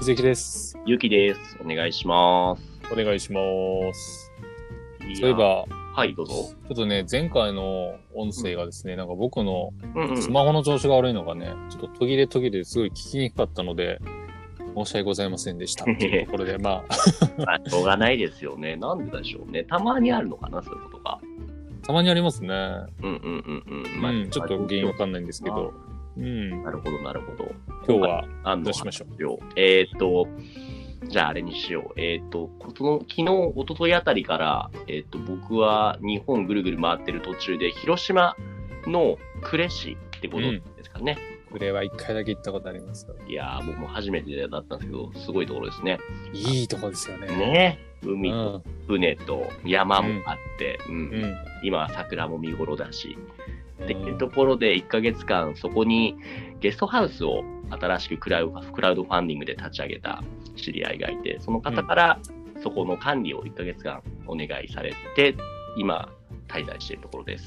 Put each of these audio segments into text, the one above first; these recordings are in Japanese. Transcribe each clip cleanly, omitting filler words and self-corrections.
秀樹です。 ゆきです。お願いします。 お願いします。 いやそういえば、 はい、どうぞ。 ちょっとね、前回の音声がですね、なんか僕のうんうん。 スマホの調子が悪いのがね、ちょっと途切れすごい聞きにくかったので、申し訳ございませんでしたっていうところで、 まあ、しょうがないですよね。なんででしょうね。たまにあるのかな、そういうことが。 たまにありますね。 うんうんうんうん。まあ、 ちょっと原因わかんないんですけど。 なるほど、なるほど。 今日はどうしましょう。じゃああれにしよう。昨日、一昨日あたりから、僕は日本ぐるぐる回ってる途中で、広島の呉市ってことですかね。 これは一回だけ行ったことありますよ。 いやー、僕も初めてだったんですけど、すごいところですね。 いいとこですよね。 ね。海と船と山もあって、今は桜も見頃だし。っていうところで1ヶ月間そこにゲストハウスを新しくクラウドファンディングで立ち上げた知り合いがいて、その方からそこの管理を1ヶ月間お願いされて、今滞在しているところです。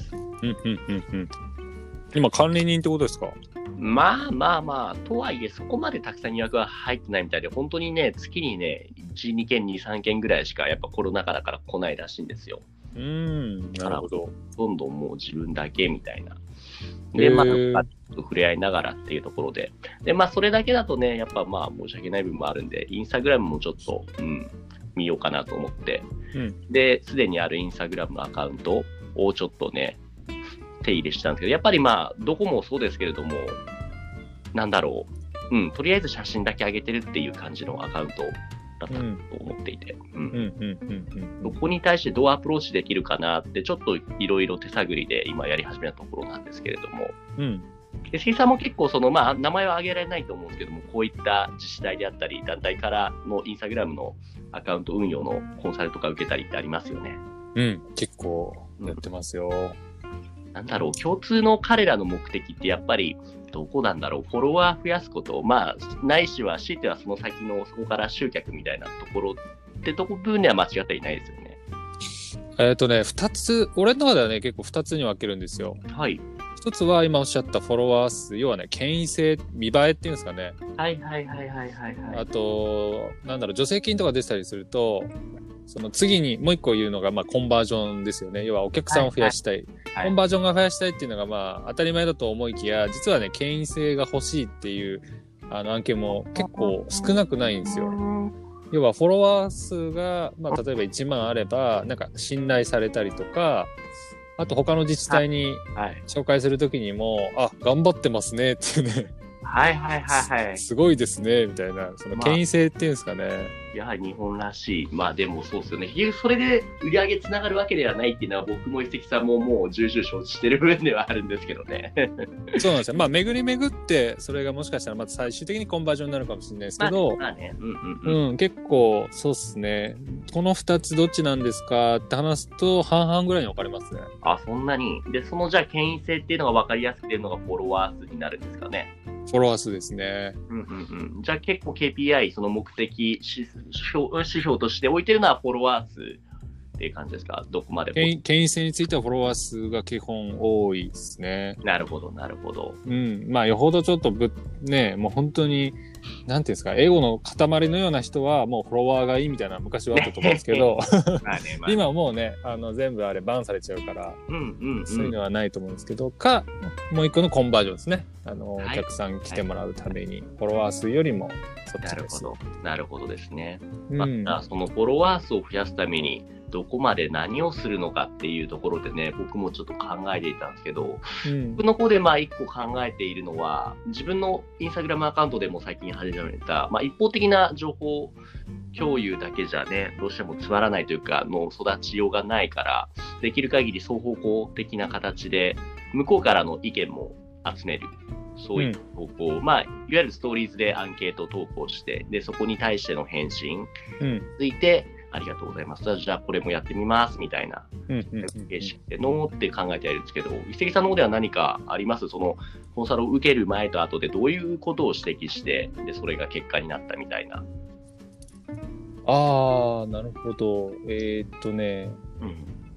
今管理人ってことですか？ まあ、とはいえそこまでたくさん予約は入ってないみたいで、本当にね、月にね、1、2件、2、3件ぐらいしかやっぱコロナ禍だから来ないらしいんですよ。 なるほど。 どんどんもう自分だけみたいな。で、まあ、触れ合いながらっていうところで。で、まあ、それだけだとね、やっぱまあ、申し訳ない部分もあるんで、インスタグラムもちょっと、見ようかなと思って。で、すでにあるインスタグラムのアカウントをちょっとね、手入れしたんですけど、やっぱりまあ、どこもそうですけれども、なんだろう。とりあえず写真だけ上げてるっていう感じのアカウントだったと思っていて、そこに対してどうアプローチできるかなってちょっといろいろ手探りで今やり始めたところなんですけれども、で関さんも結構まあ名前は挙げられないと思うんですけども、こういった自治体であったり団体からのインスタグラムのアカウント運用のコンサルとか受けたりってありますよね。 結構やってますよ。 なんだろう、共通の彼らの目的ってやっぱりどこなんだろう、フォロワー増やすこと、まあ、ないしは、強いてはその先のそこから集客みたいなところってとこ部分では間違っていないですよね。 二つ、俺の中ではね、結構二つに分けるんですよ。 はい。 一つは今おっしゃったフォロワー数、要はね、権威性、見栄えっていうんですかね。 はい。 あと、なんだろう、助成金とか出たりすると、その次にもう一個言うのが、まあ、コンバージョンですよね。要はお客さんを増やしたい。コンバージョンが増やしたいっていうのが、まあ、当たり前だと思いきや、実はね、権威性が欲しいっていう、案件も結構少なくないんですよ。要は、フォロワー数が、まあ、例えば1万あれば、なんか、信頼されたりとか、あと他の自治体に紹介するときにも、頑張ってますねっていうね。すごいですね、みたいな、その権威性っていうんですかね。 やはり日本らしい。まあでもそうですよね。それで売り上げつながるわけではないっていうのは僕も一石さんももう重々承知してる部分ではあるんですけどね。 そうなんですよ。まあ巡り巡って、それがもしかしたらまた最終的にコンバージョンになるかもしれないですけど、結構そうっすね。この二つどっちなんですかって話すと半々ぐらいに分かれますね。 そんなに。で、そのじゃあ権威性っていうのが分かりやすく出るのがフォロワー数になるんですかね。 フォロワー数ですね。 じゃあ結構 KPI、その目的指標として置いてるのはフォロワー数っていう感じですか？どこまでも。 権威性についてはフォロワー数が基本多いですね。 なるほど。 まあよほどちょっともう本当に、なんていうんですか、エゴの塊のような人はもうフォロワーがいいみたいな昔はあったと思うんですけど、今はもうね、全部あれバンされちゃうから、そういうのはないと思うんですけど、もう一個のコンバージョンですね。お客さん来てもらうために、フォロワー数よりもそっちです。 なるほどですね。またそのフォロワー数を増やすためにどこまで何をするのかっていうところでね、僕もちょっと考えていたんですけど、僕の方で一個考えているのは、自分のインスタグラムアカウントでも最近始めた、一方的な情報共有だけじゃね、どうしてもつまらないというか、の育ちようがないから、できる限り双方向的な形で、向こうからの意見も集める。そういった投稿、いわゆるストーリーズでアンケート投稿して、で、そこに対しての返信について、ありがとうございます。じゃあこれもやってみますみたいな形式でのって考えてやるんですけど、一石さんの方では何かあります？そのコンサルを受ける前と後でどういうことを指摘して、でそれが結果になったみたいな。 なるほど。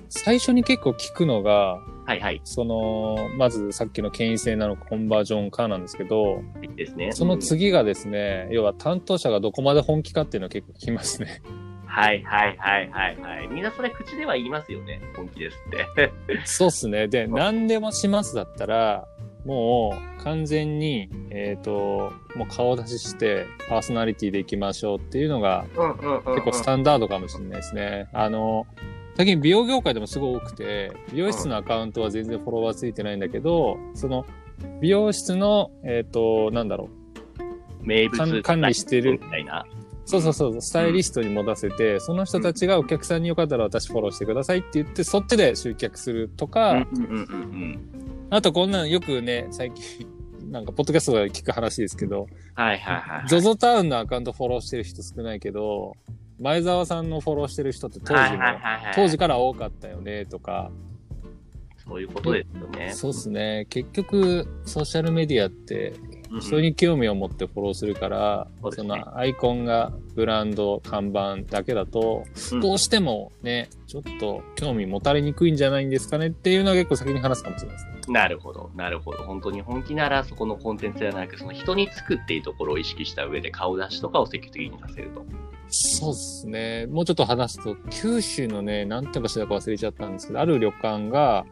最初に結構聞くのが、 はいはい。 まずさっきの権威性なのかコンバージョンかなんですけど、 ですね。 その次がですね、要は担当者がどこまで本気かっていうのは結構聞きますね。 はいはいはいはいはい。みんなそれ口では言いますよね。本気ですって。 そうっすね。で、何でもしますだったら、もう完全に、もう顔出ししてパーソナリティで行きましょうっていうのが結構スタンダードかもしれないですね。最近美容業界でもすごい多くて、美容室のアカウントは全然フォロワーついてないんだけど、その美容室の、なんだろう。 名物管理してる。 みたいな。 そうそうそう、スタイリストに持たせて、その人たちがお客さんによかったら私フォローしてくださいって言って、そっちで集客するとか、あとこんなのよくね、最近、なんかポッドキャストで聞く話ですけど、 はいはいはい。 ZOZO タウンのアカウントフォローしてる人少ないけど、前澤さんのフォローしてる人って当時から多かったよね、とか。 そういうことですよね。 そうですね。結局、ソーシャルメディアって、人に興味を持ってフォローするから、そのアイコンがブランド、看板だけだと、どうしてもね、ちょっと興味持たれにくいんじゃないんですかねっていうのは結構先に話すかもしれないですね。 なるほど、なるほど。本当に本気ならそこのコンテンツではなく、その人につくっていうところを意識した上で顔出しとかを積極的にさせると。 そうですね。もうちょっと話すと、九州のね、なんて場所だか忘れちゃったんですけど、ある旅館が、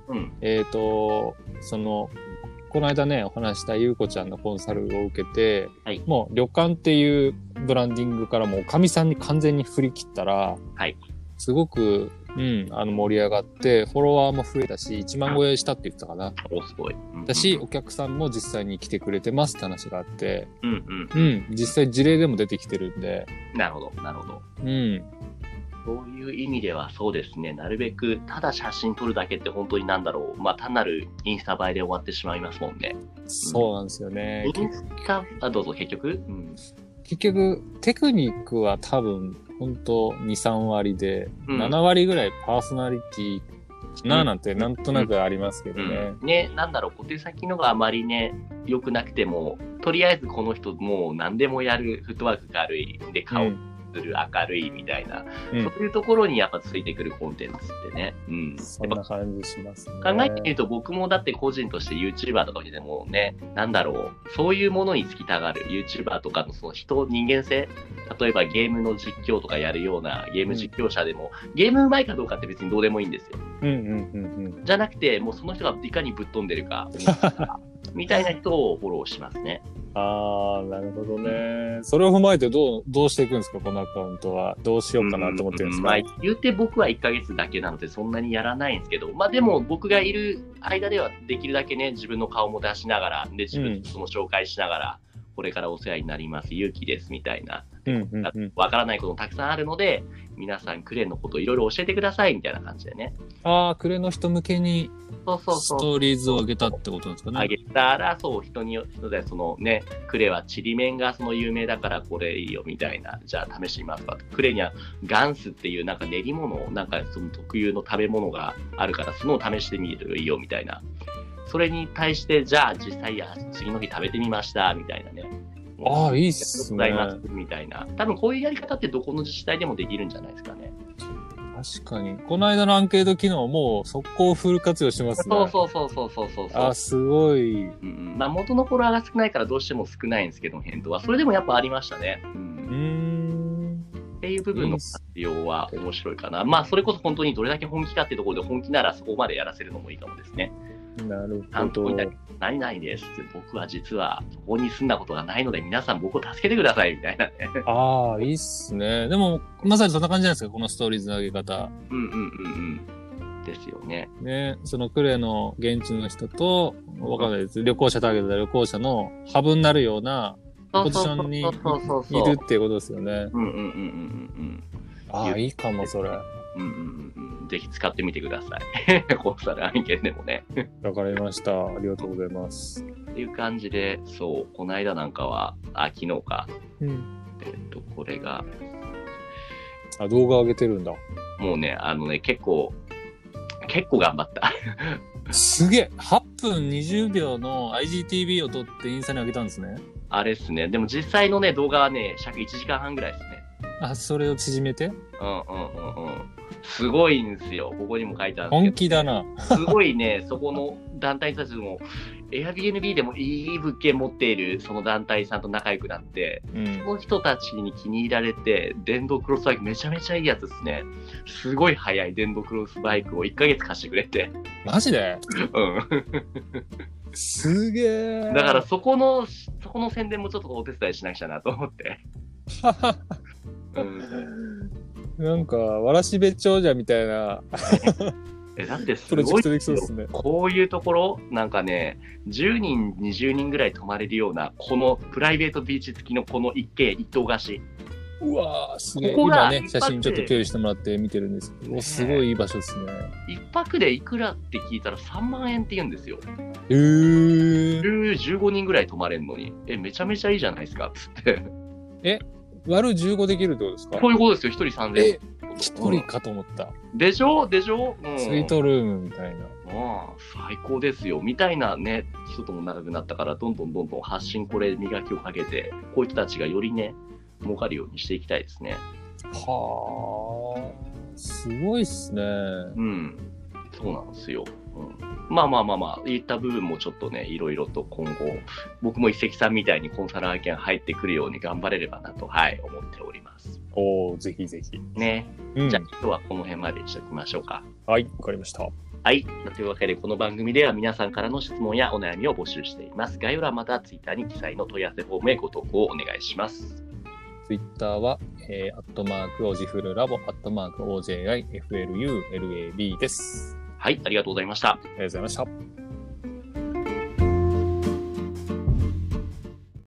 この間ね、お話したゆうこちゃんのコンサルを受けて、はい、もう旅館っていうブランディングからもおかみさんに完全に振り切ったら、はい、すごく、盛り上がって、フォロワーも増えたし、1万超えしたって言ってたかな。 すごい。 だし、お客さんも実際に来てくれてますって話があって、実際事例でも出てきてるんで。 なるほど、なるほど。そういう意味ではそうですね、なるべくただ写真撮るだけって本当になんだろう、単なるインスタ映えで終わってしまいますもんね。 そうなんですよね。 インスタ、どうぞ、結局、 結局、テクニックは多分、本当2、3割で、7割ぐらいパーソナリティかななんてなんとなくありますけどね。 ね、なんだろう、小手先のがあまりね、良くなくても、とりあえずこの人もう何でもやる、フットワークが軽い、で、顔する、明るいみたいな、そういうところにやっぱついてくるコンテンツってね。 そんな感じしますね。 考えてみると僕もだって個人として YouTuber とかでもね、なんだろう、そういうものにつきたがる YouTuber とかのその人間性、例えばゲームの実況とかやるようなゲーム実況者でも、ゲーム上手いかどうかって別にどうでもいいんですよ。じゃなくて、もうその人がいかにぶっ飛んでるか、みたいな人をフォローしますね。 ああ、なるほどね。それを踏まえてどうしていくんですか、このアカウントは。どうしようかなと思ってるんですか。 言うて僕は1ヶ月だけなのでそんなにやらないんですけど、でも僕がいる間ではできるだけね、自分の顔も出しながら、で、自分の紹介しながら、これからお世話になります、ゆうきです、みたいな。わからないこともたくさんあるので、皆さんクレのこといろいろ教えてください、みたいな感じでね。 ああ、クレの人向けに、ストーリーズを上げたってことなんですかね。 上げたら、そう、人で、そのね、クレはちりめんがその有名だからこれいいよ、みたいな。じゃあ試してみますか。クレにはガンスっていうなんか練り物、なんかその特有の食べ物があるから、そのを試してみるといいよ、みたいな。それに対して、じゃあ実際次の日食べてみました、みたいなね。 ああ、いいっすね。 みたいな。多分こういうやり方ってどこの自治体でもできるんじゃないですかね。 確かに。この間のアンケート機能も速攻フル活用してますね。 そう。 あ、すごい。 元のフォロワーが少ないからどうしても少ないんですけど、返答は。それでもやっぱありましたね。っていう部分の活用は面白いかな。それこそ本当にどれだけ本気かっていうところで本気ならそこまでやらせるのもいいかもですね。 なるほど。 何々ですって、僕は実はここに住んだことがないので皆さん僕を助けてくださいみたいなね。ああ、いいっすね。でも、まさにそんな感じじゃないですか、このストーリーズの上げ方。 ですよね。 ね、そのクレの現地の人と、わかんないです。旅行者ターゲットで旅行者のハブになるようなポジションにいるっていうことですよね。ああ、いいかも、それ。 ぜひ使ってみてください。コンサル案件でもね。 わかりました。ありがとうございます。 っていう感じで、そう、この間なんかは、昨日か。これが。 動画上げてるんだ。 もうね、結構頑張った。 すげえ !8 分20秒の IGTV を撮ってインスタに上げたんですね。 あれっすね。でも実際のね、動画はね、尺1時間半ぐらいですね。 あ、それを縮めて？ うん。すごいんですよ。ここにも書いてあるんですけど。 本気だな。 すごいね、そこの団体たちも、Airbnb でもいい物件持っているその団体さんと仲良くなって、その人たちに気に入られて、電動クロスバイクめちゃめちゃいいやつですね。すごい速い電動クロスバイクを1ヶ月貸してくれて。 マジで？ うん。 すげえ。 だからそこの宣伝もちょっとお手伝いしなきゃなと思って。 なんか、わらしべ長者みたいな。 だってすごいですよ、 ね、 こういうところ、なんかね、10人、20人ぐらい泊まれるような、このプライベートビーチ付きのこの一軒一棟貸し。 うわー、すげえ。今ね、写真ちょっと共有してもらって見てるんですけど、すごいいい場所ですね。 一泊でいくらって聞いたら3万円って言うんですよ。15人ぐらい泊まれるのに、めちゃめちゃいいじゃないですか、つって。 割る15できるってことですか？ そういうことですよ、1人3000円。 1人かと思った。 でしょ、うん、スイートルームみたいな。 最高ですよ、みたいなね、人とも長くなったから、どんどん発信これ磨きをかけて、こういう人たちがよりね、儲かるようにしていきたいですね。 はあ、すごいっすね。 そうなんですよ。まあ、いった部分もちょっとね、いろいろと今後、僕も一石さんみたいにコンサル案件入ってくるように頑張れればなと、思っております。 ぜひぜひ。 ね。じゃあ今日はこの辺までにしておきましょうか。 はい、わかりました。 はい。というわけで、この番組では皆さんからの質問やお悩みを募集しています。概要欄またツイッターに記載の問い合わせフォームへご投稿をお願いします。 ツイッターは、オジフルラボ、OJIFLULAB です。 はい、ありがとうございました。 ありがとうございました。